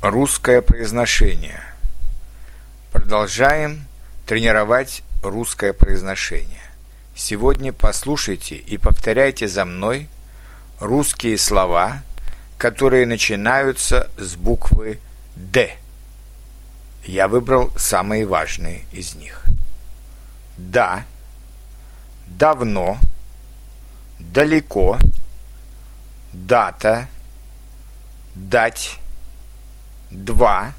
Русское произношение. Продолжаем тренировать русское произношение. Сегодня послушайте и повторяйте за мной русские слова, которые начинаются с буквы «Д». Я выбрал самые важные из них. Да, давно, далеко, дата, дать, 2,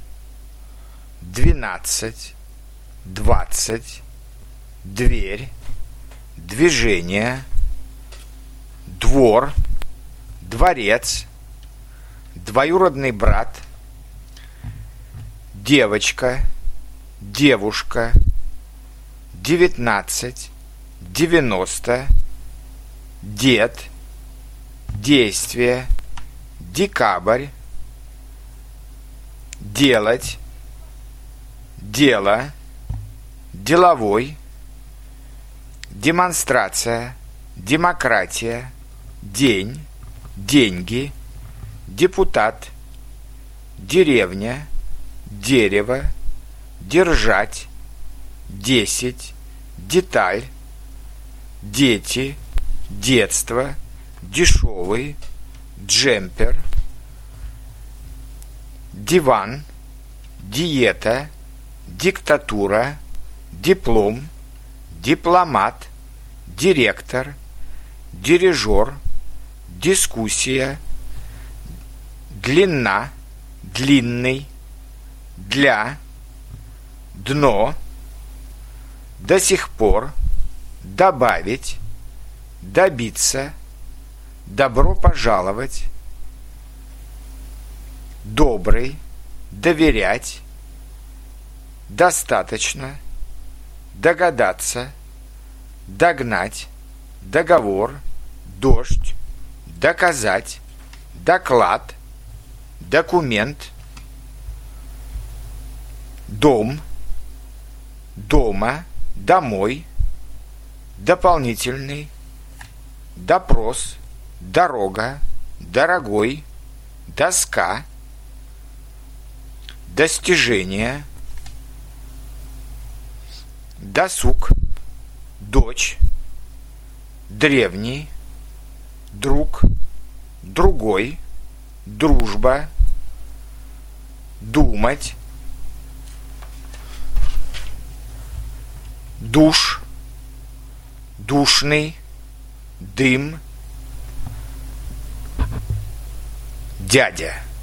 12, 20, дверь, движение, двор, дворец, двоюродный брат, девочка, девушка, 19, 90, дед, действие, декабрь, делать, дело, деловой, демонстрация, демократия, день, деньги, депутат, деревня, дерево, держать, 10, деталь, дети, детство, дешевый, джемпер, диван, диета, диктатура, диплом, дипломат, директор, дирижер, дискуссия, длина, длинный, для, дно, до сих пор, добавить, добиться, добро пожаловать, добрый, доверять, достаточно, догадаться, догнать, договор, дождь, доказать, доклад, документ, дом, дома, домой, дополнительный, допрос, дорога, дорогой, доска, достижение, досуг, дочь, древний, друг, другой, дружба, думать, душ, душный, дым, дядя.